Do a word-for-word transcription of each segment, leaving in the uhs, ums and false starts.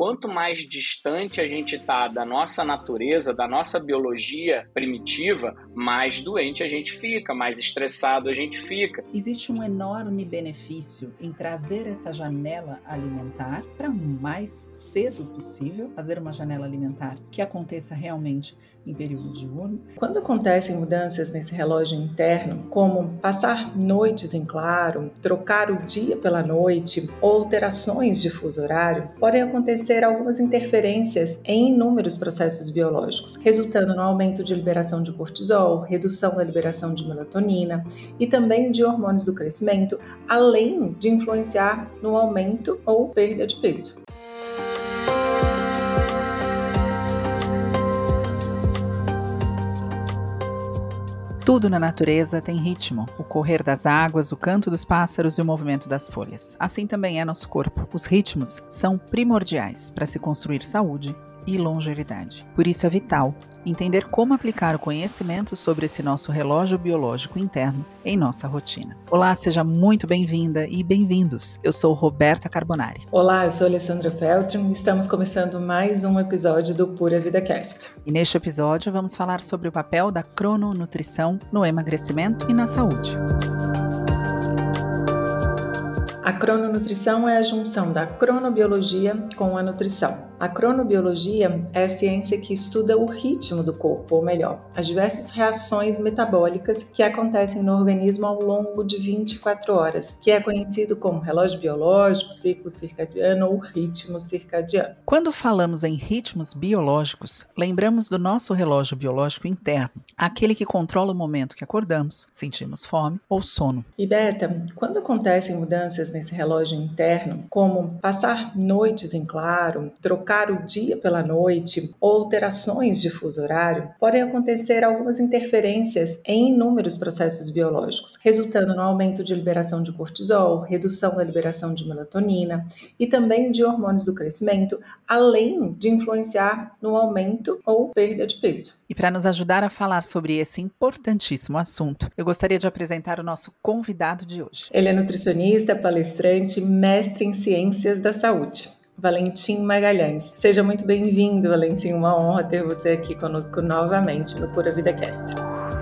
quanto mais distante a gente está da nossa natureza, da nossa biologia primitiva, mais doente a gente fica, mais estressado a gente fica. Existe um enorme benefício em trazer essa janela alimentar para o mais cedo possível, fazer uma janela alimentar que aconteça realmente em período diurno. Quando acontecem mudanças nesse relógio interno, como passar noites em claro, trocar o dia pela noite ou alterações de fuso horário, podem acontecer algumas interferências em inúmeros processos biológicos, resultando no aumento de liberação de cortisol, redução da liberação de melatonina e também de hormônios do crescimento, além de influenciar no aumento ou perda de peso. Tudo na natureza tem ritmo, o correr das águas, o canto dos pássaros e o movimento das folhas. Assim também é nosso corpo. Os ritmos são primordiais para se construir saúde e longevidade. Por isso é vital entender como aplicar o conhecimento sobre esse nosso relógio biológico interno em nossa rotina. Olá, seja muito bem-vinda e bem-vindos. Eu sou Roberta Carbonari. Olá, eu sou Alessandra Feltrin e estamos começando mais um episódio do Pura Vida Cast. E neste episódio vamos falar sobre o papel da crononutrição no emagrecimento e na saúde. A crononutrição é a junção da cronobiologia com a nutrição. A cronobiologia é a ciência que estuda o ritmo do corpo, ou melhor, as diversas reações metabólicas que acontecem no organismo ao longo de vinte e quatro horas, que é conhecido como relógio biológico, ciclo circadiano ou ritmo circadiano. Quando falamos em ritmos biológicos, lembramos do nosso relógio biológico interno, aquele que controla o momento que acordamos, sentimos fome ou sono. E Beta, quando acontecem mudanças nesse relógio interno, como passar noites em claro, trocar o dia pela noite ou alterações de fuso horário, podem acontecer algumas interferências em inúmeros processos biológicos, resultando no aumento de liberação de cortisol, redução da liberação de melatonina e também de hormônios do crescimento, além de influenciar no aumento ou perda de peso. E para nos ajudar a falar sobre esse importantíssimo assunto, eu gostaria de apresentar o nosso convidado de hoje. Ele é nutricionista, palestrante, mestre em ciências da saúde. Valentim Magalhães. Seja muito bem-vindo, Valentim. Uma honra ter você aqui conosco novamente no Pura Vida Cast.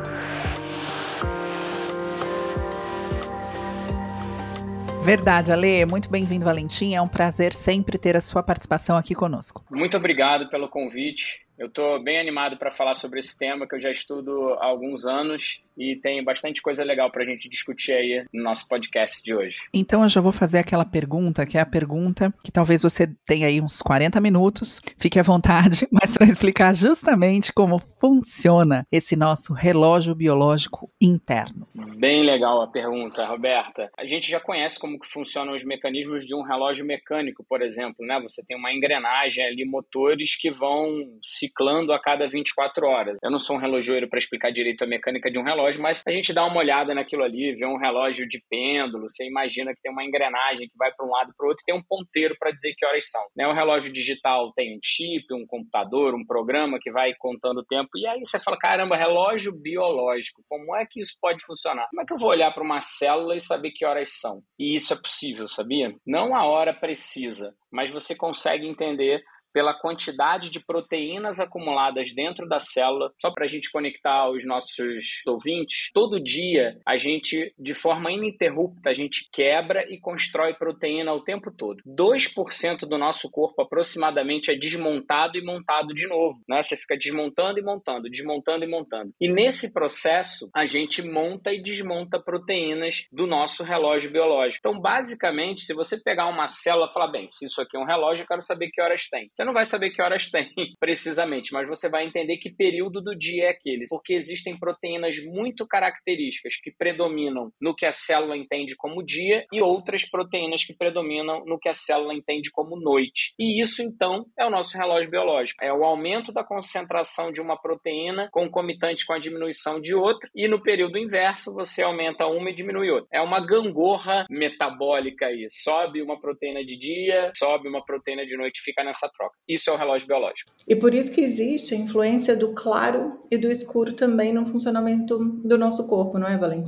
Verdade, Ale. Muito bem-vindo, Valentim. É um prazer sempre ter a sua participação aqui conosco. Muito obrigado pelo convite. Eu estou bem animado para falar sobre esse tema que eu já estudo há alguns anos e tem bastante coisa legal para a gente discutir aí no nosso podcast de hoje. Então eu já vou fazer aquela pergunta, que é a pergunta que talvez você tenha aí uns quarenta minutos, fique à vontade, mas para explicar justamente como funciona esse nosso relógio biológico interno. Bem legal a pergunta, Roberta. A gente já conhece como que funcionam os mecanismos de um relógio mecânico, por exemplo, né? Você tem uma engrenagem ali, motores que vão ciclando a cada vinte e quatro horas. Eu não sou um relojoeiro para explicar direito a mecânica de um relógio, mas a gente dá uma olhada naquilo ali, vê um relógio de pêndulo, você imagina que tem uma engrenagem que vai para um lado e para o outro e tem um ponteiro para dizer que horas são. Né? O relógio digital tem um chip, um computador, um programa que vai contando o tempo e aí você fala, caramba, relógio biológico, como é que isso pode funcionar? Como é que eu vou olhar para uma célula e saber que horas são? E isso é possível, sabia? Não a hora precisa, mas você consegue entender pela quantidade de proteínas acumuladas dentro da célula. Só para a gente conectar aos nossos ouvintes, todo dia a gente, de forma ininterrupta, a gente quebra e constrói proteína o tempo todo. dois por cento do nosso corpo aproximadamente é desmontado e montado de novo, né? Você fica desmontando e montando, desmontando e montando. E nesse processo, a gente monta e desmonta proteínas do nosso relógio biológico. Então, basicamente, se você pegar uma célula e falar, bem, se isso aqui é um relógio, eu quero saber que horas tem. Você não vai saber que horas tem precisamente, mas você vai entender que período do dia é aquele, porque existem proteínas muito características que predominam no que a célula entende como dia e outras proteínas que predominam no que a célula entende como noite. E isso, então, é o nosso relógio biológico. É o aumento da concentração de uma proteína concomitante com a diminuição de outra e no período inverso você aumenta uma e diminui outra. É uma gangorra metabólica aí. Sobe uma proteína de dia, sobe uma proteína de noite, fica nessa troca. Isso é o relógio biológico. E por isso que existe a influência do claro e do escuro também no funcionamento do nosso corpo, não é, Valentim?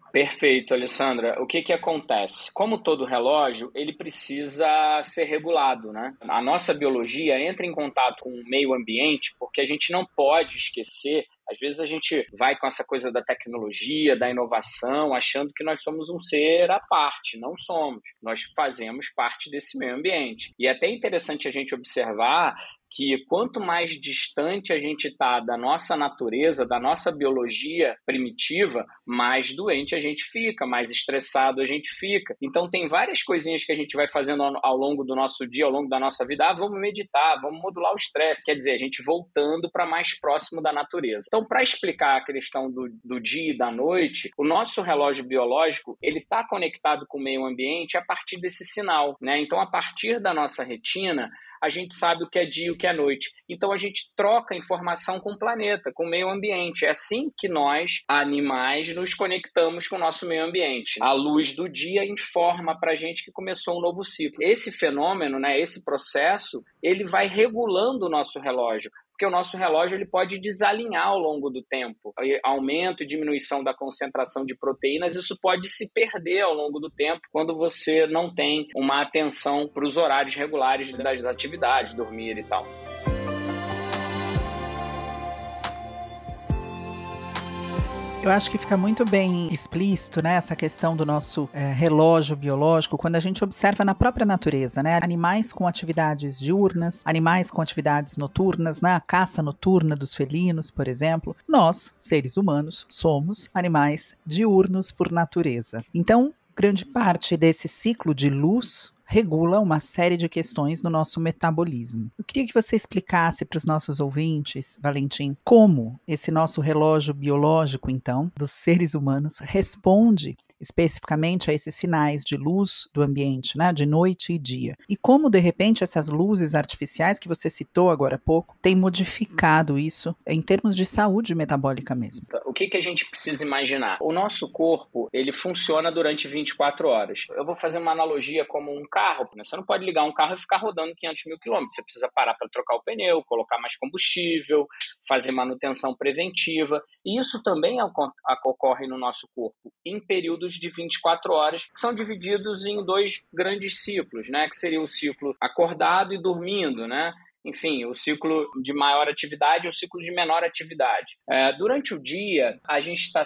Perfeito, Alessandra. O que que acontece? Como todo relógio, ele precisa ser regulado, né? A nossa biologia entra em contato com o meio ambiente porque a gente não pode esquecer. Às vezes a gente vai com essa coisa da tecnologia, da inovação, achando que nós somos um ser à parte. Não somos. Nós fazemos parte desse meio ambiente. E é até interessante a gente observar que quanto mais distante a gente está da nossa natureza, da nossa biologia primitiva, mais doente a gente fica, mais estressado a gente fica. Então tem várias coisinhas que a gente vai fazendo ao, ao longo do nosso dia, ao longo da nossa vida. Ah, vamos meditar, vamos modular o estresse. Quer dizer, a gente voltando para mais próximo da natureza. Então, para explicar a questão do, do dia e da noite, o nosso relógio biológico, ele está conectado com o meio ambiente a partir desse sinal, né? Então, a partir da nossa retina, a gente sabe o que é dia e o que é noite. Então a gente troca informação com o planeta, com o meio ambiente. É assim que nós, animais, nos conectamos com o nosso meio ambiente. A luz do dia informa para a gente que começou um novo ciclo. Esse fenômeno, né, esse processo, ele vai regulando o nosso relógio. Porque o nosso relógio ele pode desalinhar ao longo do tempo. Aumento e diminuição da concentração de proteínas, isso pode se perder ao longo do tempo quando você não tem uma atenção para os horários regulares das atividades, dormir e tal. Eu acho que fica muito bem explícito, né, essa questão do nosso é, relógio biológico quando a gente observa na própria natureza, né, animais com atividades diurnas, animais com atividades noturnas, né, a caça noturna dos felinos, por exemplo. Nós, seres humanos, somos animais diurnos por natureza. Então, grande parte desse ciclo de luz regula uma série de questões no nosso metabolismo. Eu queria que você explicasse para os nossos ouvintes, Valentim, como esse nosso relógio biológico, então, dos seres humanos, responde especificamente a esses sinais de luz do ambiente, né, de noite e dia. E como, de repente, essas luzes artificiais que você citou agora há pouco têm modificado isso em termos de saúde metabólica mesmo. O que que a gente precisa imaginar? O nosso corpo, ele funciona durante vinte e quatro horas. Eu vou fazer uma analogia como um carro, né? Você não pode ligar um carro e ficar rodando quinhentos mil quilômetros. Você precisa parar para trocar o pneu, colocar mais combustível, fazer manutenção preventiva. E isso também ocorre no nosso corpo em períodos de vinte e quatro horas, que são divididos em dois grandes ciclos, né? Que seria o ciclo acordado e dormindo, né? Enfim, o ciclo de maior atividade e o ciclo de menor atividade. É, durante o dia, a gente está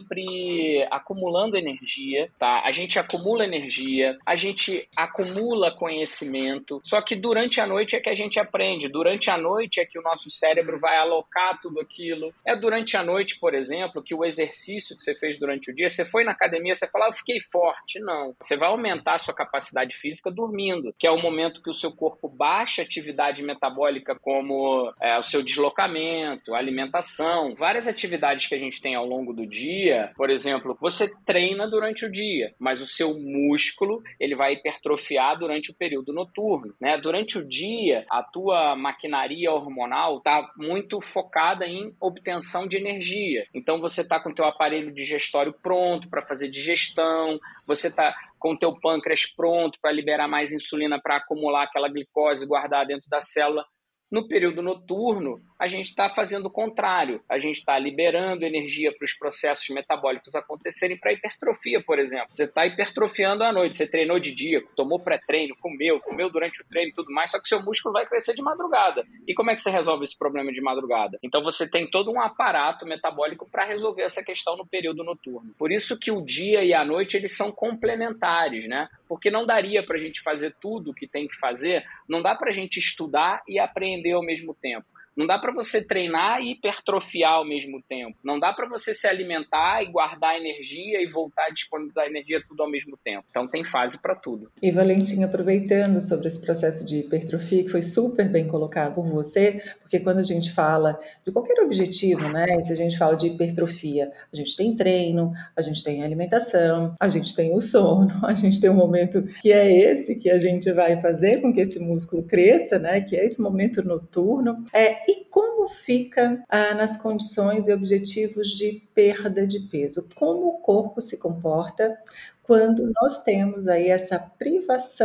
sempre acumulando energia, tá? A gente acumula energia, a gente acumula conhecimento, só que durante a noite é que a gente aprende, durante a noite é que o nosso cérebro vai alocar tudo aquilo. É durante a noite, por exemplo, que o exercício que você fez durante o dia, você foi na academia, você fala, ah, eu fiquei forte. Não. Você vai aumentar a sua capacidade física dormindo, que é o momento que o seu corpo baixa a atividade metabólica metabólica como é, o seu deslocamento, a alimentação, várias atividades que a gente tem ao longo do dia. Por exemplo, você treina durante o dia, mas o seu músculo ele vai hipertrofiar durante o período noturno, né? Durante o dia, a tua maquinaria hormonal está muito focada em obtenção de energia. Então você está com o teu aparelho digestório pronto para fazer digestão, você está com o teu pâncreas pronto para liberar mais insulina para acumular aquela glicose e guardar dentro da célula. No período noturno, a gente está fazendo o contrário. A gente está liberando energia para os processos metabólicos acontecerem para hipertrofia, por exemplo. Você está hipertrofiando à noite, você treinou de dia, tomou pré-treino, comeu, comeu durante o treino e tudo mais, só que seu músculo vai crescer de madrugada. E como é que você resolve esse problema de madrugada? Então você tem todo um aparato metabólico para resolver essa questão no período noturno. Por isso que o dia e a noite eles são complementares, né? Porque não daria para a gente fazer tudo o que tem que fazer, não dá para a gente estudar e aprender ao mesmo tempo. Não dá para você treinar e hipertrofiar ao mesmo tempo. Não dá para você se alimentar e guardar energia e voltar a disponibilizar energia tudo ao mesmo tempo. Então tem fase para tudo. E Valentim, aproveitando sobre esse processo de hipertrofia, que foi super bem colocado por você, porque quando a gente fala de qualquer objetivo, né? Se a gente fala de hipertrofia, a gente tem treino, a gente tem alimentação, a gente tem o sono, a gente tem um momento que é esse que a gente vai fazer com que esse músculo cresça, né? Que é esse momento noturno. É, E como fica ah, nas condições e objetivos de perda de peso? Como o corpo se comporta quando nós temos aí essa privação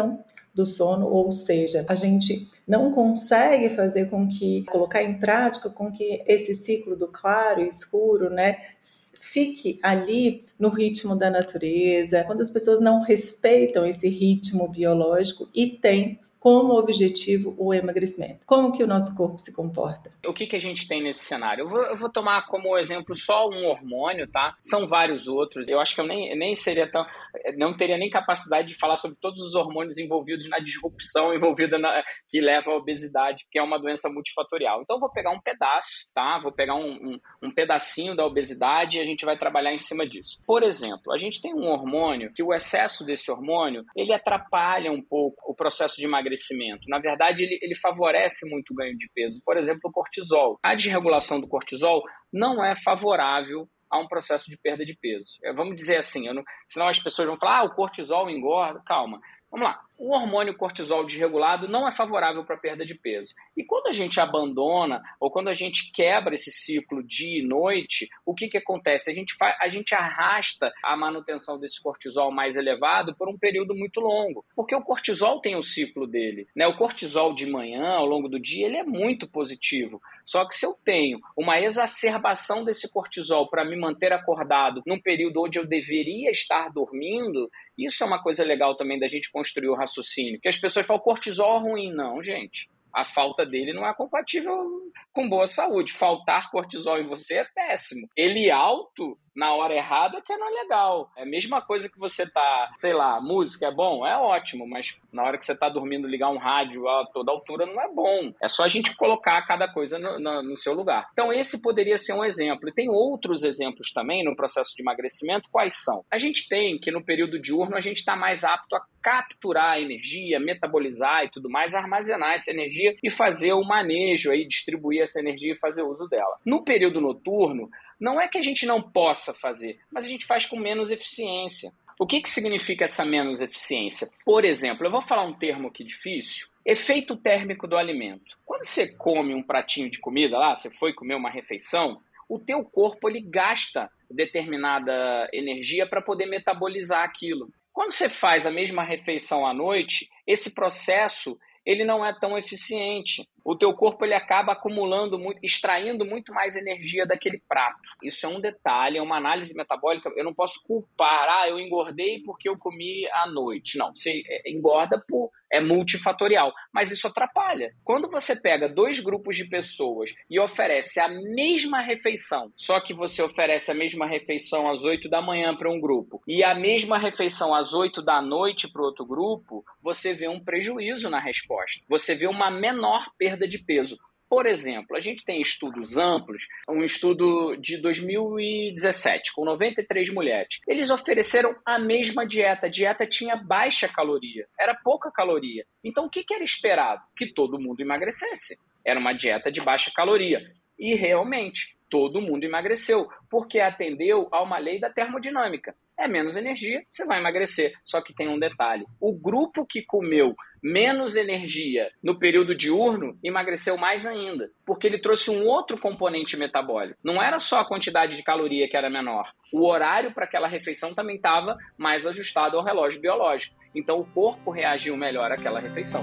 do sono, ou seja, a gente não consegue fazer com que, colocar em prática com que esse ciclo do claro e escuro, né, fique ali no ritmo da natureza, quando as pessoas não respeitam esse ritmo biológico e têm como objetivo o emagrecimento. Como que o nosso corpo se comporta? O que, que a gente tem nesse cenário? Eu vou, eu vou tomar como exemplo só um hormônio, tá? São vários outros. Eu acho que eu nem, nem seria tão... não teria nem capacidade de falar sobre todos os hormônios envolvidos na disrupção envolvida na, que leva à obesidade, que é uma doença multifatorial. Então eu vou pegar um pedaço, tá? Vou pegar um, um, um pedacinho da obesidade e a gente vai trabalhar em cima disso. Por exemplo, a gente tem um hormônio que o excesso desse hormônio, ele atrapalha um pouco o processo de emagrecimento. Na verdade, ele, ele favorece muito o ganho de peso. Por exemplo, o cortisol. A desregulação do cortisol não é favorável a um processo de perda de peso. Vamos dizer assim, eu não, senão as pessoas vão falar, ah, o cortisol engorda. Calma. Vamos lá. O hormônio cortisol desregulado não é favorável para a perda de peso. E quando a gente abandona ou quando a gente quebra esse ciclo dia e noite, o que, que acontece? A gente, faz, a gente arrasta a manutenção desse cortisol mais elevado por um período muito longo. Porque o cortisol tem o ciclo dele, né? O cortisol de manhã, ao longo do dia, ele é muito positivo. Só que se eu tenho uma exacerbação desse cortisol para me manter acordado num período onde eu deveria estar dormindo, isso é uma coisa legal também da gente construir o raciocínio. Que as pessoas falam, cortisol é ruim. Não, gente. A falta dele não é compatível com boa saúde. Faltar cortisol em você é péssimo. Ele alto, na hora errada, que não é legal. É a mesma coisa que você tá, sei lá, música é bom? É ótimo, mas na hora que você tá dormindo, ligar um rádio a toda altura não é bom. É só a gente colocar cada coisa no, no, no seu lugar. Então esse poderia ser um exemplo. E tem outros exemplos também no processo de emagrecimento. Quais são? A gente tem que no período diurno a gente está mais apto a capturar a energia, metabolizar e tudo mais, armazenar essa energia e fazer o manejo, aí, distribuir essa energia e fazer uso dela. No período noturno, não é que a gente não possa fazer, mas a gente faz com menos eficiência. O que, que significa essa menos eficiência? Por exemplo, eu vou falar um termo aqui difícil, efeito térmico do alimento. Quando você come um pratinho de comida lá, você foi comer uma refeição, o teu corpo ele gasta determinada energia para poder metabolizar aquilo. Quando você faz a mesma refeição à noite, esse processo ele não é tão eficiente. O teu corpo ele acaba acumulando, muito, extraindo muito mais energia daquele prato. Isso é um detalhe, é uma análise metabólica. Eu não posso culpar, ah, eu engordei porque eu comi à noite. Não, você engorda por... é multifatorial, mas isso atrapalha. Quando você pega dois grupos de pessoas e oferece a mesma refeição, só que você oferece a mesma refeição às oito da manhã para um grupo e a mesma refeição às oito da noite para o outro grupo, você vê um prejuízo na resposta. Você vê uma menor perda de peso. Por exemplo, a gente tem estudos amplos, um estudo de dois mil e dezessete, com noventa e três mulheres. Eles ofereceram a mesma dieta. A dieta tinha baixa caloria, era pouca caloria. Então, o que era esperado? Que todo mundo emagrecesse. Era uma dieta de baixa caloria. E, realmente, todo mundo emagreceu, porque atendeu a uma lei da termodinâmica. É menos energia, você vai emagrecer. Só que tem um detalhe. O grupo que comeu menos energia no período diurno emagreceu mais ainda, porque ele trouxe um outro componente metabólico. Não era só a quantidade de caloria que era menor. O horário para aquela refeição também estava mais ajustado ao relógio biológico. Então o corpo reagiu melhor àquela refeição.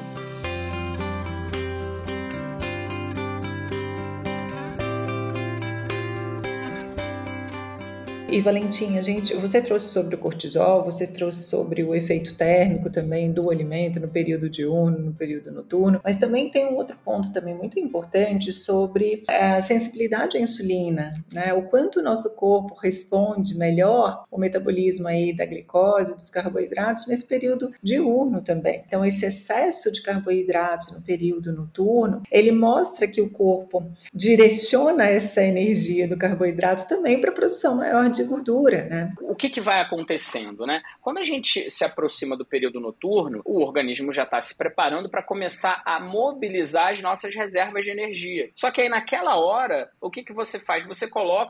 E Valentinha, gente, você trouxe sobre o cortisol, você trouxe sobre o efeito térmico também do alimento no período diurno, no período noturno, mas também tem um outro ponto também muito importante sobre a sensibilidade à insulina, né? O quanto o nosso corpo responde melhor o metabolismo aí da glicose, dos carboidratos nesse período diurno também. Então, esse excesso de carboidratos no período noturno, ele mostra que o corpo direciona essa energia do carboidrato também para a produção maior de de gordura, né? O que, que vai acontecendo, né? Quando a gente se aproxima do período noturno, o organismo já está se preparando para começar a mobilizar as nossas reservas de energia. Só que aí naquela hora, o que, que você faz? Você coloca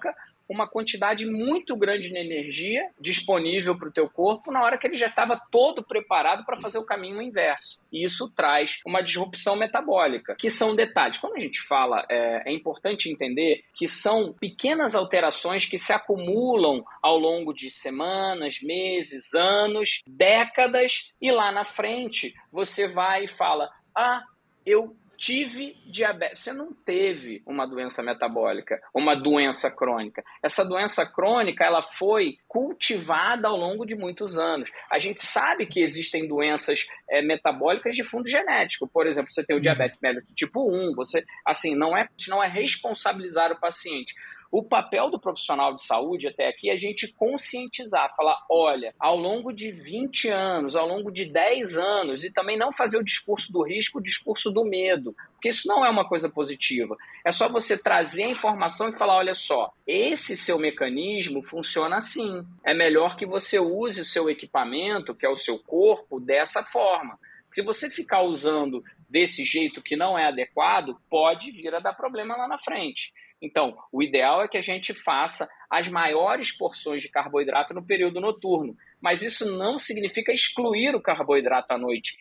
uma quantidade muito grande de energia disponível para o teu corpo na hora que ele já estava todo preparado para fazer o caminho inverso. E isso traz uma disrupção metabólica, que são detalhes. Quando a gente fala, é, é importante entender que são pequenas alterações que se acumulam ao longo de semanas, meses, anos, décadas, e lá na frente você vai e fala, ah, eu tive diabetes. Você não teve uma doença metabólica, uma doença crônica. Essa doença crônica, ela foi cultivada ao longo de muitos anos. A gente sabe que existem doenças é, metabólicas de fundo genético. Por exemplo, você tem o diabetes mellitus tipo um, você, assim, não é, não é responsabilizar o paciente. O papel do profissional de saúde até aqui é a gente conscientizar, falar, olha, ao longo de vinte anos, ao longo de dez anos, e também não fazer o discurso do risco, o discurso do medo, porque isso não é uma coisa positiva. É só você trazer a informação e falar, olha só, esse seu mecanismo funciona assim. É melhor que você use o seu equipamento, que é o seu corpo, dessa forma. Se você ficar usando desse jeito que não é adequado, pode vir a dar problema lá na frente. Então, o ideal é que a gente faça as maiores porções de carboidrato no período noturno, mas isso não significa excluir o carboidrato à noite.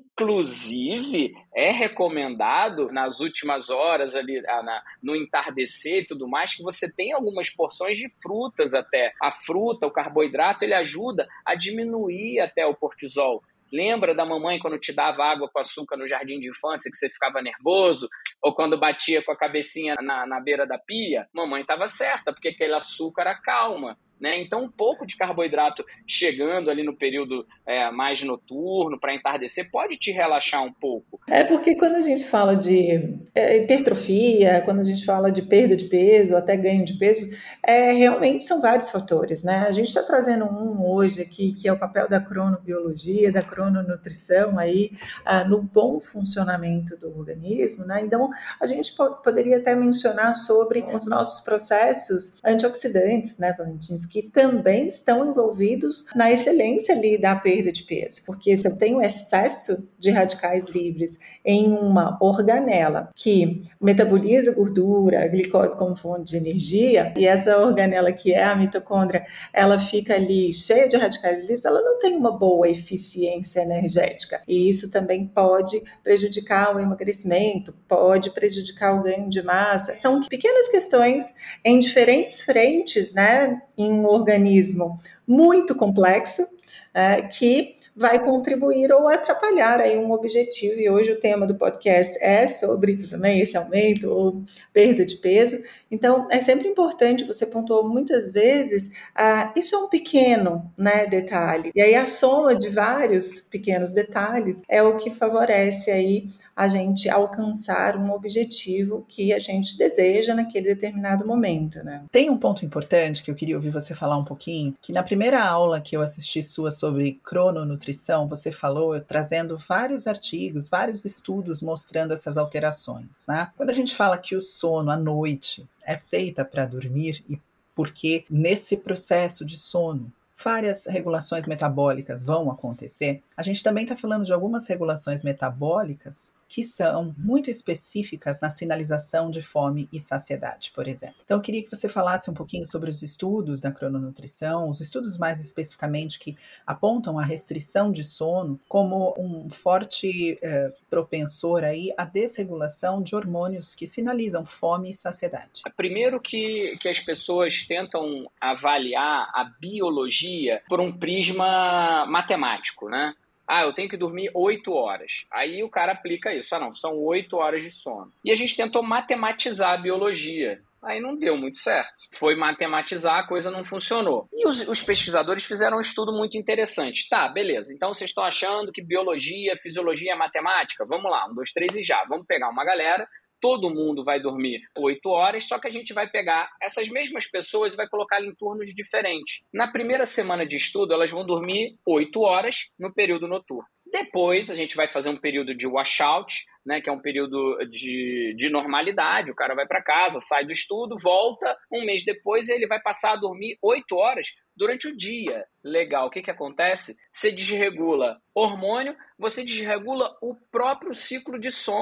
Inclusive, é recomendado nas últimas horas, ali, na, no entardecer e tudo mais, que você tenha algumas porções de frutas até. A fruta, o carboidrato, ele ajuda a diminuir até o cortisol. Lembra da mamãe quando te dava água com açúcar no jardim de infância, que você ficava nervoso? Ou quando batia com a cabecinha na, na beira da pia? Mamãe estava certa, porque aquele açúcar acalma. Né? Então, um pouco de carboidrato chegando ali no período é, mais noturno, para entardecer, pode te relaxar um pouco. É porque quando a gente fala de é, hipertrofia, quando a gente fala de perda de peso, até ganho de peso, é, realmente são vários fatores, né? A gente está trazendo um hoje aqui, que é o papel da cronobiologia, da crononutrição aí, ah, no bom funcionamento do organismo, né? Então, a gente po- poderia até mencionar sobre os nossos processos antioxidantes, né, Valentim? Que também estão envolvidos na excelência ali da perda de peso. Porque se eu tenho excesso de radicais livres em uma organela que metaboliza gordura, a glicose como fonte de energia, e essa organela que é a mitocôndria, ela fica ali cheia de radicais livres, ela não tem uma boa eficiência energética. E isso também pode prejudicar o emagrecimento, pode prejudicar o ganho de massa. São pequenas questões em diferentes frentes, né, em um organismo muito complexo, é, que vai contribuir ou atrapalhar aí um objetivo, e hoje o tema do podcast é sobre também esse aumento ou perda de peso. Então, é sempre importante, você pontuou muitas vezes, ah, isso é um pequeno, né, detalhe, e aí a soma de vários pequenos detalhes é o que favorece aí a gente alcançar um objetivo que a gente deseja naquele determinado momento, né? Tem um ponto importante que eu queria ouvir você falar um pouquinho, que na primeira aula que eu assisti sua sobre crononutrição, você falou trazendo vários artigos, vários estudos mostrando essas alterações, né? Quando a gente fala que o sono à noite é feita para dormir e porque nesse processo de sono várias regulações metabólicas vão acontecer, a gente também está falando de algumas regulações metabólicas que são muito específicas na sinalização de fome e saciedade, por exemplo. Então, eu queria que você falasse um pouquinho sobre os estudos da crononutrição, os estudos mais especificamente que apontam a restrição de sono como um forte eh, propensor aí à desregulação de hormônios que sinalizam fome e saciedade. Primeiro que, que as pessoas tentam avaliar a biologia por um prisma matemático, né? Ah, eu tenho que dormir oito horas. Aí o cara aplica isso. Ah, não, são oito horas de sono. E a gente tentou matematizar a biologia. Aí não deu muito certo. Foi matematizar, a coisa não funcionou. E os, os pesquisadores fizeram um estudo muito interessante. Tá, beleza. Então vocês estão achando que biologia, fisiologia é matemática? Vamos lá, um, dois, três e já. Vamos pegar uma galera. Todo mundo vai dormir oito horas, só que a gente vai pegar essas mesmas pessoas e vai colocá-las em turnos diferentes. Na primeira semana de estudo, elas vão dormir oito horas no período noturno. Depois, a gente vai fazer um período de washout, né, que é um período de, de normalidade. O cara vai para casa, sai do estudo, volta. Um mês depois, ele vai passar a dormir oito horas durante o dia. Legal. O que, que acontece? Você desregula hormônio, você desregula o próprio ciclo de sono.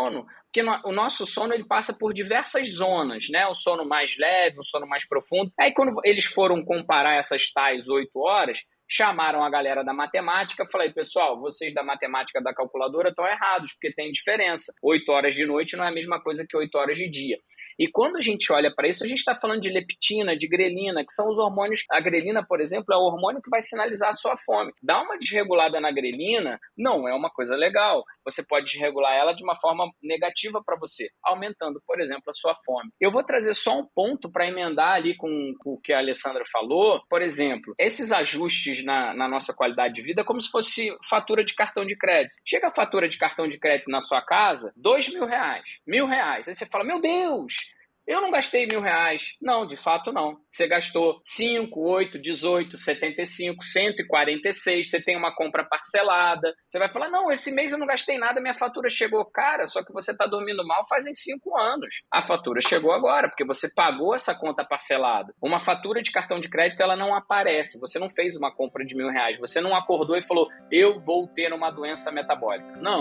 Porque no, o nosso sono ele passa por diversas zonas, né? O sono mais leve, o sono mais profundo. Aí quando eles foram comparar essas tais oito horas, chamaram a galera da matemática, falei, pessoal, vocês da matemática da calculadora estão errados, porque tem diferença. Oito horas de noite não é a mesma coisa que oito horas de dia. E quando a gente olha para isso, a gente está falando de leptina, de grelina, que são os hormônios. A grelina, por exemplo, é o hormônio que vai sinalizar a sua fome. Dar uma desregulada na grelina não é uma coisa legal. Você pode desregular ela de uma forma negativa para você, aumentando, por exemplo, a sua fome. Eu vou trazer só um ponto para emendar ali com, com o que a Alessandra falou. Por exemplo, esses ajustes na, na nossa qualidade de vida é como se fosse fatura de cartão de crédito. Chega a fatura de cartão de crédito na sua casa, dois mil reais, mil reais. Aí você fala, meu Deus! Eu não gastei mil reais. Não, de fato não. Você gastou cinco, oito, dezoito, setenta e cinco, cento e quarenta e seis. Você tem uma compra parcelada. Você vai falar, não, esse mês eu não gastei nada, minha fatura chegou. Cara, só que você está dormindo mal fazem cinco anos. A fatura chegou agora, porque você pagou essa conta parcelada. Uma fatura de cartão de crédito, ela não aparece. Você não fez uma compra de mil reais. Você não acordou e falou, eu vou ter uma doença metabólica. Não.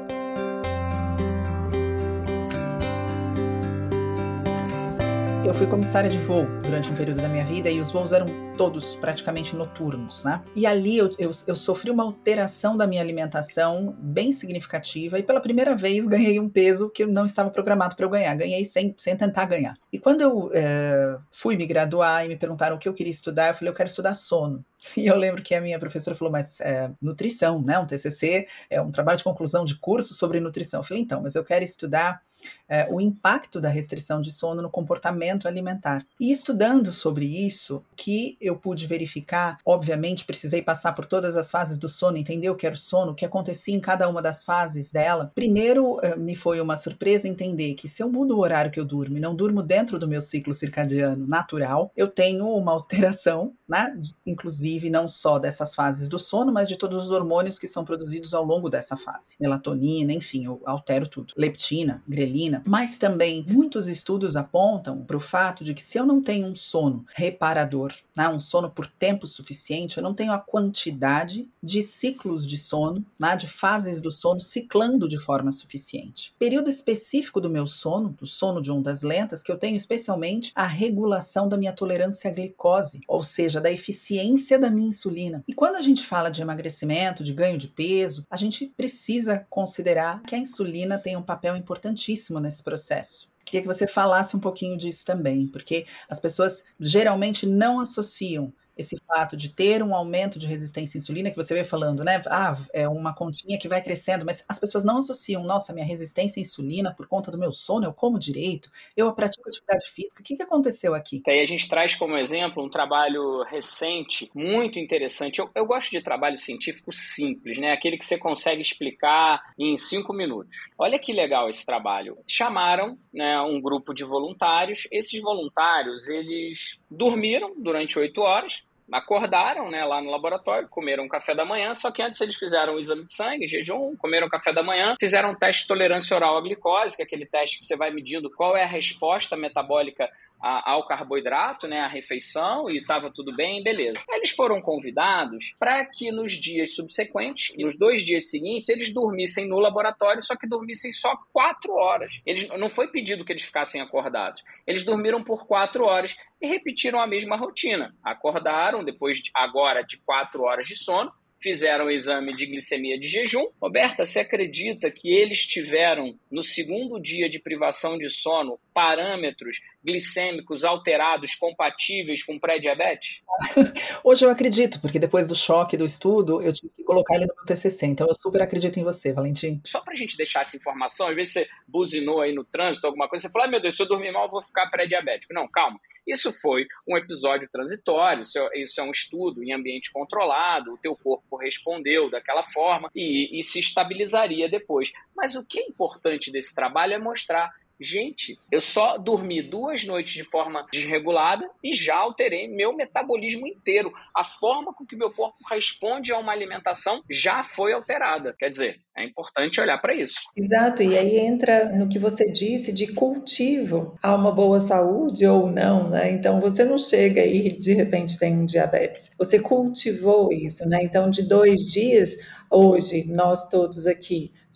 Eu fui comissária de voo durante um período da minha vida e os voos eram todos praticamente noturnos, né? E ali eu, eu, eu sofri uma alteração da minha alimentação bem significativa e pela primeira vez ganhei um peso que eu não estava programado para eu ganhar. Ganhei sem, sem tentar ganhar. E quando eu é, fui me graduar e me perguntaram o que eu queria estudar, eu falei, eu quero estudar sono. E eu lembro que a minha professora falou, mas é, nutrição, né? Um T C C é um trabalho de conclusão de curso sobre nutrição. Eu falei, então, mas eu quero estudar é, o impacto da restrição de sono no comportamento alimentar. E estudando sobre isso, que eu pude verificar, obviamente precisei passar por todas as fases do sono, entender o que era o sono, o que acontecia em cada uma das fases dela. Primeiro, me foi uma surpresa entender que se eu mudo o horário que eu durmo e não durmo dentro do meu ciclo circadiano natural, eu tenho uma alteração, né? Inclusive não só dessas fases do sono, mas de todos os hormônios que são produzidos ao longo dessa fase. Melatonina, enfim, eu altero tudo. Leptina, grelina, mas também muitos estudos apontam para o fato de que se eu não tenho um sono reparador, né, um sono por tempo suficiente, eu não tenho a quantidade de ciclos de sono, né, de fases do sono ciclando de forma suficiente. Período específico do meu sono, do sono de ondas lentas, que eu tenho especialmente a regulação da minha tolerância à glicose, ou seja, da eficiência da minha insulina. E quando a gente fala de emagrecimento, de ganho de peso, a gente precisa considerar que a insulina tem um papel importantíssimo nesse processo. Queria que você falasse um pouquinho disso também, porque as pessoas geralmente não associam esse fato de ter um aumento de resistência à insulina, que você veio falando, né? Ah, é uma continha que vai crescendo, mas as pessoas não associam, nossa, minha resistência à insulina por conta do meu sono, eu como direito, eu pratico atividade física, o que, que aconteceu aqui? E aí a gente traz como exemplo um trabalho recente, muito interessante. Eu, eu gosto de trabalho científico simples, né? Aquele que você consegue explicar em cinco minutos. Olha que legal esse trabalho. Chamaram, né, um grupo de voluntários. Esses voluntários, eles dormiram durante oito horas, acordaram, né, lá no laboratório, comeram café da manhã, só que antes eles fizeram um exame de sangue, jejum, comeram café da manhã, fizeram um teste de tolerância oral à glicose, que é aquele teste que você vai medindo qual é a resposta metabólica ao carboidrato, né, a refeição, e estava tudo bem, beleza. Eles foram convidados para que nos dias subsequentes, nos dois dias seguintes, eles dormissem no laboratório, só que dormissem só quatro horas. Eles, não foi pedido que eles ficassem acordados. Eles dormiram por quatro horas e repetiram a mesma rotina. Acordaram depois, de, agora, de quatro horas de sono, fizeram o exame de glicemia de jejum. Roberta, você acredita que eles tiveram, no segundo dia de privação de sono, parâmetros glicêmicos alterados compatíveis com pré-diabetes? Hoje eu acredito, porque depois do choque do estudo, eu tive que colocar ele no meu T C C. Então eu super acredito em você, Valentim. Só pra gente deixar essa informação, às vezes você buzinou aí no trânsito, alguma coisa, você fala, ah, meu Deus, se eu dormir mal, eu vou ficar pré-diabético. Não, calma. Isso foi um episódio transitório, isso é, isso é um estudo em ambiente controlado, o teu corpo respondeu daquela forma e, e se estabilizaria depois. Mas o que é importante desse trabalho é mostrar, gente, eu só dormi duas noites de forma desregulada e já alterei meu metabolismo inteiro. A forma com que meu corpo responde a uma alimentação já foi alterada. Quer dizer, é importante olhar para isso. Exato, e aí entra no que você disse de cultivo a uma boa saúde ou não, né? Então você não chega aí e de repente tem um diabetes. Você cultivou isso, né? Então de dois dias, hoje nós todos aqui, a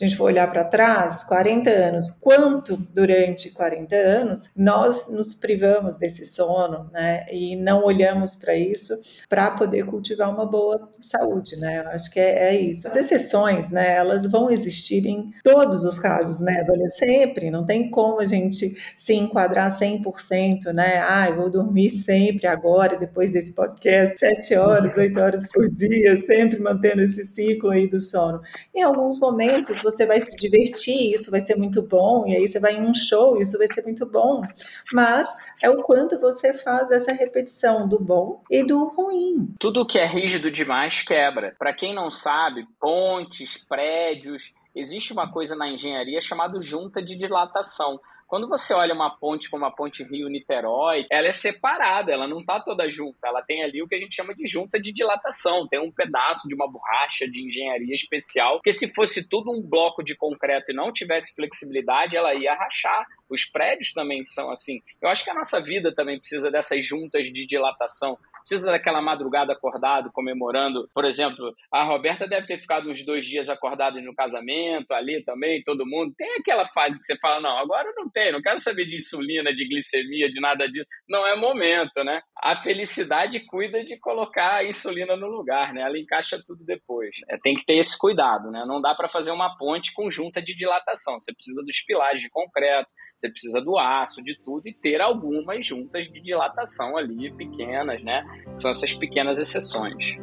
a gente for olhar para trás, quarenta anos, quanto durante quarenta anos nós nos privamos desse sono, né? E não olhamos para isso para poder cultivar uma boa saúde, né? Eu acho que é, é isso. As exceções, né? Elas vão existir em todos os casos, né, Vânia? Sempre, não tem como a gente se enquadrar cem por cento, né? Ah, eu vou dormir sempre agora, depois desse podcast, sete horas, oito horas por dia, sempre mantendo esse ciclo aí do sono. Em alguns momentos você vai se divertir, isso vai ser muito bom, e aí você vai em um show, isso vai ser muito bom, mas é o quanto você faz essa repetição do bom e do ruim. Tudo que é rígido demais quebra. Para quem não sabe, pontes, prédios, existe uma coisa na engenharia chamada junta de dilatação. Quando você olha uma ponte como a ponte Rio-Niterói, ela é separada, ela não está toda junta, ela tem ali o que a gente chama de junta de dilatação, tem um pedaço de uma borracha de engenharia especial, porque se fosse tudo um bloco de concreto e não tivesse flexibilidade, ela ia rachar. Os prédios também são assim. Eu acho que a nossa vida também precisa dessas juntas de dilatação. Precisa daquela madrugada acordado, comemorando. Por exemplo, a Roberta deve ter ficado uns dois dias acordada no casamento, ali também, todo mundo. Tem aquela fase que você fala, não, agora não tem, não quero saber de insulina, de glicemia, de nada disso. Não é momento, né? A felicidade cuida de colocar a insulina no lugar, né? Ela encaixa tudo depois. É, tem que ter esse cuidado, né? Não dá para fazer uma ponte com junta de dilatação. Você precisa dos pilares de concreto, você precisa do aço, de tudo, e ter algumas juntas de dilatação ali, pequenas, né? São essas pequenas exceções.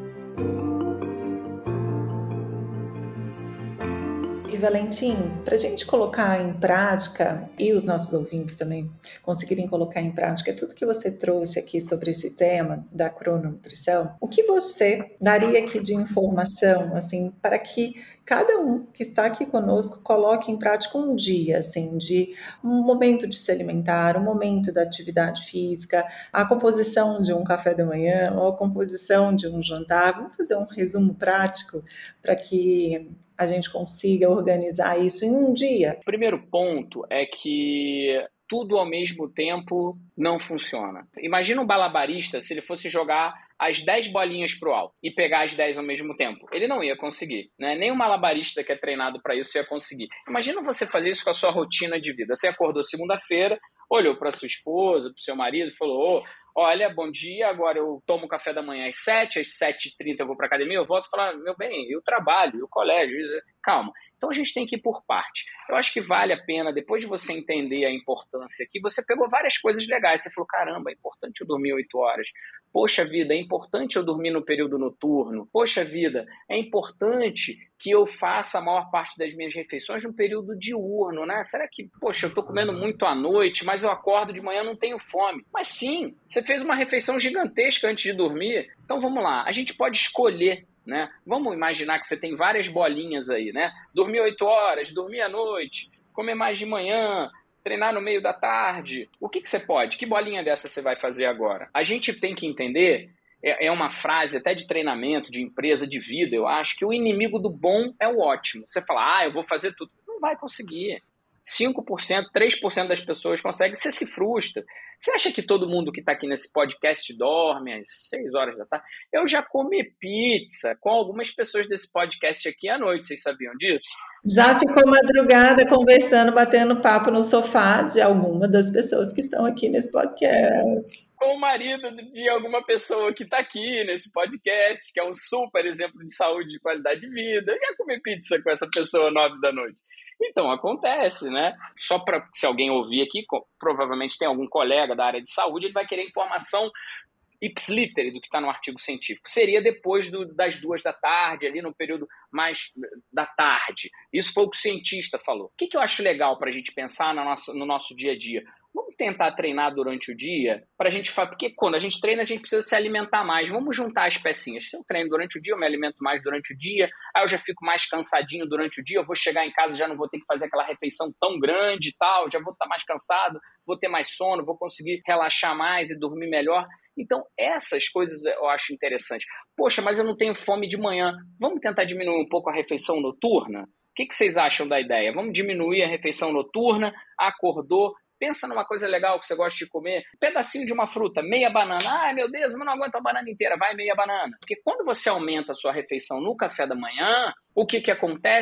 E Valentim, para a gente colocar em prática, e os nossos ouvintes também conseguirem colocar em prática tudo que você trouxe aqui sobre esse tema da crononutrição, o que você daria aqui de informação, assim, para que cada um que está aqui conosco coloque em prática um dia, assim, de um momento de se alimentar, um momento da atividade física, a composição de um café da manhã ou a composição de um jantar. Vamos fazer um resumo prático para que a gente consiga organizar isso em um dia? O primeiro ponto é que tudo ao mesmo tempo não funciona. Imagina um malabarista se ele fosse jogar as dez bolinhas para o alto e pegar as dez ao mesmo tempo. Ele não ia conseguir, né? Nem um malabarista que é treinado para isso ia conseguir. Imagina você fazer isso com a sua rotina de vida. Você acordou segunda-feira, olhou para sua esposa, para o seu marido e falou, oh, olha, bom dia, agora eu tomo café da manhã às sete, às sete e trinta eu vou para a academia, eu volto e falo, meu bem, e o trabalho, e o colégio, calma. Então a gente tem que ir por parte. Eu acho que vale a pena, depois de você entender a importância aqui, você pegou várias coisas legais, você falou, caramba, é importante eu dormir oito horas. Poxa vida, é importante eu dormir no período noturno. Poxa vida, é importante que eu faça a maior parte das minhas refeições no período diurno, né? Será que, poxa, eu estou comendo muito à noite, mas eu acordo de manhã e não tenho fome? Mas sim, você fez uma refeição gigantesca antes de dormir. Então vamos lá, a gente pode escolher, né? Vamos imaginar que você tem várias bolinhas aí, né? Dormir oito horas, dormir à noite, comer mais de manhã, treinar no meio da tarde. O que, que você pode? Que bolinha dessa você vai fazer agora? A gente tem que entender, é, é uma frase até de treinamento, de empresa, de vida, eu acho, que o inimigo do bom é o ótimo. Você fala, ah, eu vou fazer tudo. Não vai conseguir. cinco por cento, três por cento das pessoas conseguem, você se frustra. Você acha que todo mundo que está aqui nesse podcast dorme às seis horas da tarde? Eu já comi pizza com algumas pessoas desse podcast aqui à noite, vocês sabiam disso? Já ficou madrugada conversando, batendo papo no sofá de alguma das pessoas que estão aqui nesse podcast. Com o marido de alguma pessoa que está aqui nesse podcast, que é um super exemplo de saúde e de qualidade de vida. Eu já comi pizza com essa pessoa nove da noite. Então, acontece, né? Só para se alguém ouvir aqui, provavelmente tem algum colega da área de saúde, ele vai querer informação ipsiliter do que está no artigo científico. Seria depois do, das duas da tarde, ali no período mais da tarde. Isso foi o que o cientista falou. O que, que eu acho legal para a gente pensar no nosso, no nosso dia a dia? Vamos tentar treinar durante o dia, para a gente fazer, porque quando a gente treina, a gente precisa se alimentar mais. Vamos juntar as pecinhas. Se eu treino durante o dia, eu me alimento mais durante o dia, aí eu já fico mais cansadinho durante o dia, eu vou chegar em casa, já não vou ter que fazer aquela refeição tão grande e tal, já vou estar mais cansado, vou ter mais sono, vou conseguir relaxar mais e dormir melhor. Então, essas coisas eu acho interessante. Poxa, mas eu não tenho fome de manhã. Vamos tentar diminuir um pouco a refeição noturna? O que, que vocês acham da ideia? Vamos diminuir a refeição noturna, acordou, pensa numa coisa legal que você gosta de comer, um pedacinho de uma fruta, meia banana. Ai, meu Deus, eu não aguento a banana inteira, vai meia banana. Porque quando você aumenta a sua refeição no café da manhã, o que, que acontece?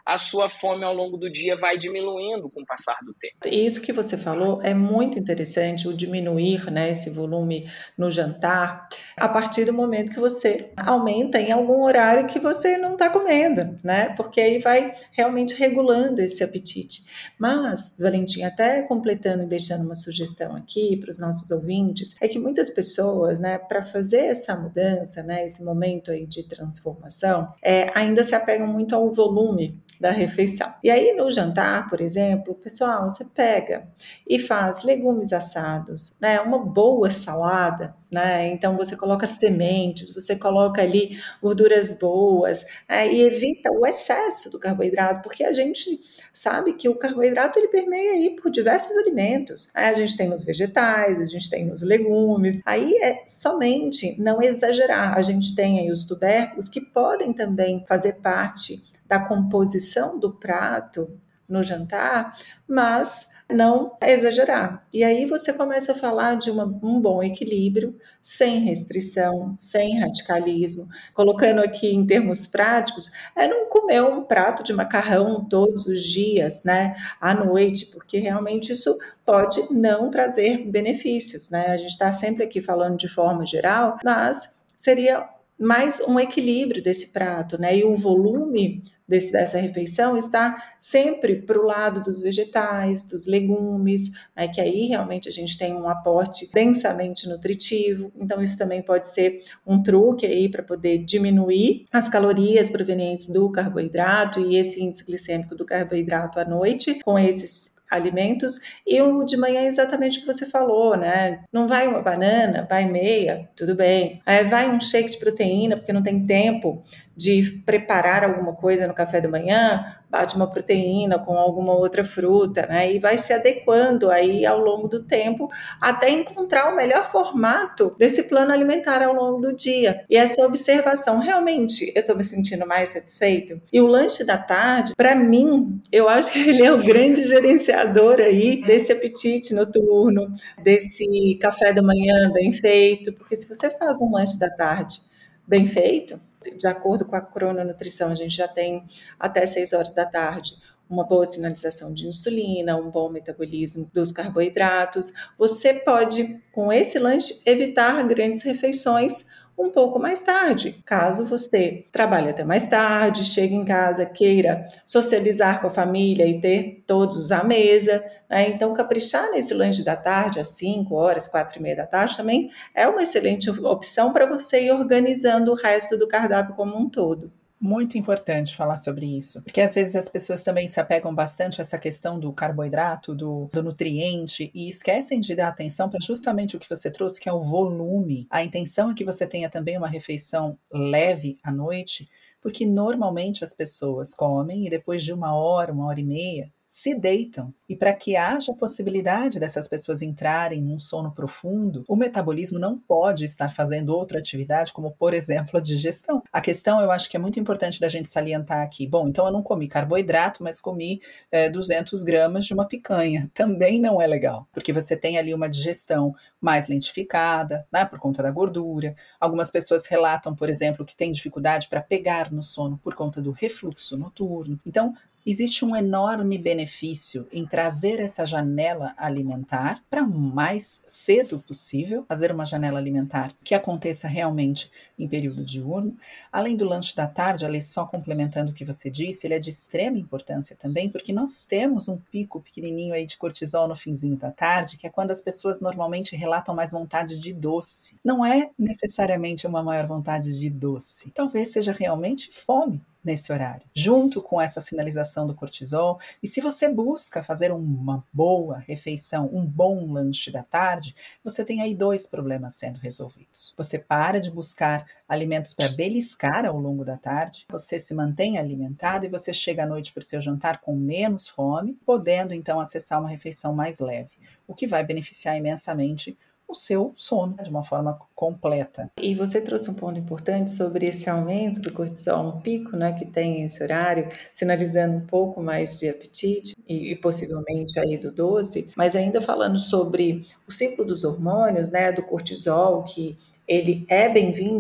a sua fome ao longo do dia vai diminuindo com o passar do tempo. Isso que você falou é muito interessante, o diminuir, né, esse volume no jantar, a partir do momento que você aumenta em algum horário que você não está comendo, né? Porque aí vai realmente regulando esse apetite. Mas, Valentim, até completando e deixando uma sugestão aqui para os nossos ouvintes, é que muitas pessoas, né, para fazer essa mudança, né, esse momento aí de transformação, é, ainda se apegam muito ao volume da refeição. E aí no jantar, por exemplo, pessoal, você pega e faz legumes assados, né, uma boa salada, né, então você coloca sementes, você coloca ali gorduras boas, né, e evita o excesso do carboidrato, porque a gente sabe que o carboidrato ele permeia aí por diversos alimentos, né? A gente tem nos vegetais, a gente tem nos legumes, aí é somente não exagerar, a gente tem aí os tubérculos que podem também fazer parte da composição do prato no jantar, mas não exagerar. E aí você começa a falar de uma, um bom equilíbrio, sem restrição, sem radicalismo, colocando aqui em termos práticos, é não comer um prato de macarrão todos os dias, né, à noite, porque realmente isso pode não trazer benefícios, né? A gente está sempre aqui falando de forma geral, mas seria mais um equilíbrio desse prato, né? E o volume desse, dessa refeição está sempre para o lado dos vegetais, dos legumes, né? Que aí realmente a gente tem um aporte densamente nutritivo. Então isso também pode ser um truque aí para poder diminuir as calorias provenientes do carboidrato e esse índice glicêmico do carboidrato à noite com esses alimentos, e o de manhã é exatamente o que você falou, né? Não vai uma banana, vai meia, tudo bem. Aí vai um shake de proteína, porque não tem tempo de preparar alguma coisa no café da manhã, bate uma proteína com alguma outra fruta, né? E vai se adequando aí ao longo do tempo até encontrar o melhor formato desse plano alimentar ao longo do dia. E essa observação, realmente, eu estou me sentindo mais satisfeito? E o lanche da tarde, para mim, eu acho que ele é o grande gerenciador aí desse apetite noturno, desse café da manhã bem feito, porque se você faz um lanche da tarde bem feito, de acordo com a crononutrição, a gente já tem até seis horas da tarde uma boa sinalização de insulina, um bom metabolismo dos carboidratos. Você pode, com esse lanche, evitar grandes refeições um pouco mais tarde. Caso você trabalhe até mais tarde, chegue em casa, queira socializar com a família e ter todos à mesa, né? Então caprichar nesse lanche da tarde às cinco horas, quatro e meia da tarde também é uma excelente opção para você ir organizando o resto do cardápio como um todo. Muito importante falar sobre isso, porque às vezes as pessoas também se apegam bastante a essa questão do carboidrato, do, do nutriente, e esquecem de dar atenção para justamente o que você trouxe, que é o volume. A intenção é que você tenha também uma refeição leve à noite, porque normalmente as pessoas comem e depois de uma hora, uma hora e meia, se deitam. E para que haja possibilidade dessas pessoas entrarem num sono profundo, o metabolismo não pode estar fazendo outra atividade, como, por exemplo, a digestão. A questão, eu acho que é muito importante da gente salientar aqui. Bom, então eu não comi carboidrato, mas comi é, duzentos gramas de uma picanha. Também não é legal, porque você tem ali uma digestão mais lentificada, né, por conta da gordura. Algumas pessoas relatam, por exemplo, que têm dificuldade para pegar no sono por conta do refluxo noturno. Então, existe um enorme benefício em trazer essa janela alimentar para o mais cedo possível, fazer uma janela alimentar que aconteça realmente em período diurno. Além do lanche da tarde, ali só complementando o que você disse, ele é de extrema importância também, porque nós temos um pico pequenininho aí de cortisol no finzinho da tarde, que é quando as pessoas normalmente relatam mais vontade de doce. Não é necessariamente uma maior vontade de doce. Talvez seja realmente fome nesse horário, junto com essa sinalização do cortisol. E se você busca fazer uma boa refeição, um bom lanche da tarde, você tem aí dois problemas sendo resolvidos. Você para de buscar alimentos para beliscar ao longo da tarde, você se mantém alimentado e você chega à noite para o seu jantar com menos fome, podendo então acessar uma refeição mais leve, o que vai beneficiar imensamente o seu sono de uma forma completa. E você trouxe um ponto importante sobre esse aumento do cortisol, um pico, né, que tem esse horário, sinalizando um pouco mais de apetite e, e possivelmente aí do doce, mas ainda falando sobre o ciclo dos hormônios, né, do cortisol, que ele é bem-vindo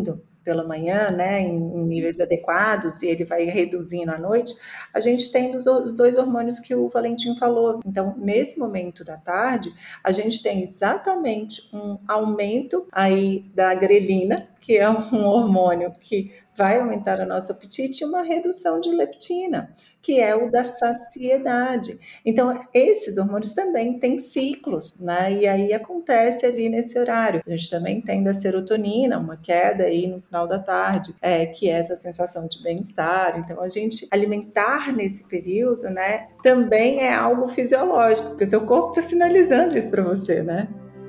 pela manhã, né, em, em níveis adequados, e ele vai reduzindo à noite, a gente tem os, os dois hormônios que o Valentim falou. Então, nesse momento da tarde, a gente tem exatamente um aumento aí da grelina, que é um hormônio que vai aumentar o nosso apetite, e uma redução de leptina, que é o da saciedade. Então, esses hormônios também têm ciclos, né? E aí acontece ali nesse horário. A gente também tem da serotonina, uma queda aí no final da tarde, é, que é essa sensação de bem-estar. Então, a gente alimentar nesse período, né, também é algo fisiológico, porque o seu corpo está sinalizando isso para você, né?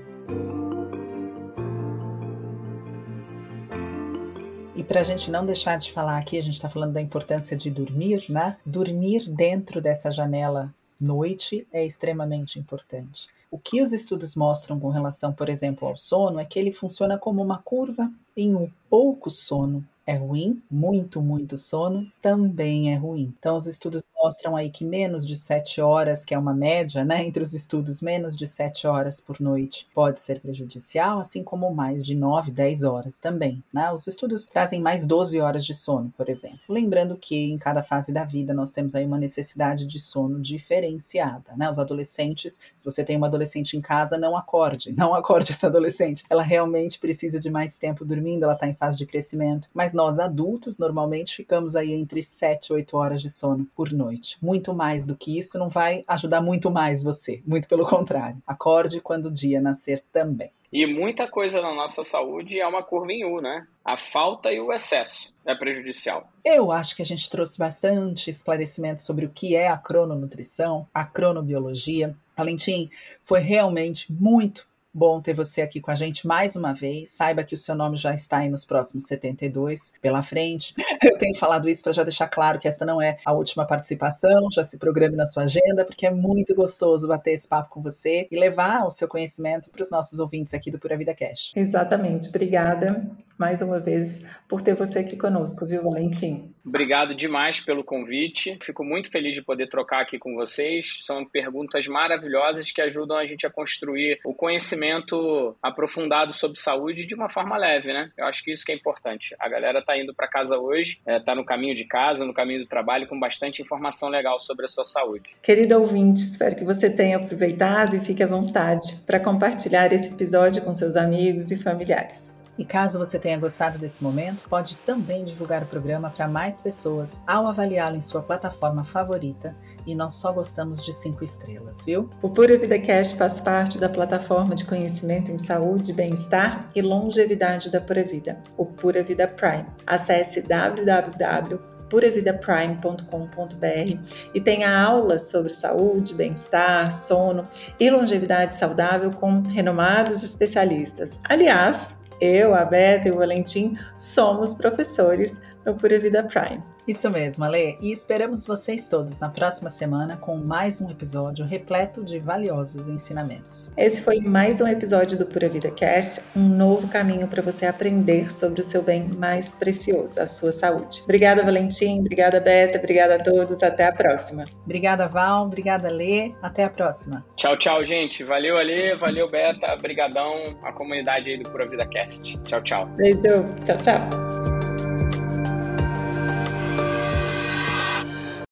E para a gente não deixar de falar aqui, a gente está falando da importância de dormir, né? Dormir dentro dessa janela noite é extremamente importante. O que os estudos mostram com relação, por exemplo, ao sono, é que ele funciona como uma curva em U. Pouco sono é ruim, muito, muito sono também é ruim. Então, os estudos mostram aí que menos de sete horas, que é uma média, né, entre os estudos, menos de sete horas por noite pode ser prejudicial, assim como mais de nove, dez horas também, né? Os estudos trazem mais doze horas de sono, por exemplo. Lembrando que em cada fase da vida nós temos aí uma necessidade de sono diferenciada, né? Os adolescentes, se você tem uma adolescente em casa, não acorde, não acorde essa adolescente. Ela realmente precisa de mais tempo dormindo, ela está em fase de crescimento, mas nós adultos normalmente ficamos aí entre sete e oito horas de sono por noite. Muito mais do que isso não vai ajudar muito mais você, muito pelo contrário. Acorde quando o dia nascer também. E muita coisa na nossa saúde é uma curva em U, né? A falta e o excesso é prejudicial. Eu acho que a gente trouxe bastante esclarecimento sobre o que é a crononutrição, a cronobiologia. Valentim, foi realmente muito bom ter você aqui com a gente mais uma vez. Saiba que o seu nome já está aí nos próximos setenta e dois pela frente. Eu tenho falado isso para já deixar claro que essa não é a última participação. Já se programe na sua agenda, porque é muito gostoso bater esse papo com você e levar o seu conhecimento para os nossos ouvintes aqui do Pura Vida Cash. Exatamente. Obrigada mais uma vez por ter você aqui conosco, viu, Valentim? Obrigado demais pelo convite. Fico muito feliz de poder trocar aqui com vocês. São perguntas maravilhosas que ajudam a gente a construir o conhecimento aprofundado sobre saúde de uma forma leve, né? Eu acho que isso que é importante. A galera está indo para casa hoje, está no caminho de casa, no caminho do trabalho, com bastante informação legal sobre a sua saúde. Querido ouvinte, espero que você tenha aproveitado e fique à vontade para compartilhar esse episódio com seus amigos e familiares. E caso você tenha gostado desse momento, pode também divulgar o programa para mais pessoas ao avaliá-lo em sua plataforma favorita, e nós só gostamos de cinco estrelas, viu? O Pura Vida Cash faz parte da plataforma de conhecimento em saúde, bem-estar e longevidade da Pura Vida, o Pura Vida Prime. Acesse w w w ponto pura vida prime ponto com ponto b r e tenha aulas sobre saúde, bem-estar, sono e longevidade saudável com renomados especialistas. Aliás, eu, a Beta e o Valentim somos professores no Pura Vida Prime. Isso mesmo, Ale. E esperamos vocês todos na próxima semana com mais um episódio repleto de valiosos ensinamentos. Esse foi mais um episódio do Pura Vida Cast, um novo caminho para você aprender sobre o seu bem mais precioso, a sua saúde. Obrigada, Valentim. Obrigada, Beta. Obrigada a todos. Até a próxima. Obrigada, Val. Obrigada, Lê. Até a próxima. Tchau, tchau, gente. Valeu, Ale. Valeu, Beta. Obrigadão. A comunidade aí do Pura Vida Cast. Tchau, tchau. Beijo. Tchau, tchau.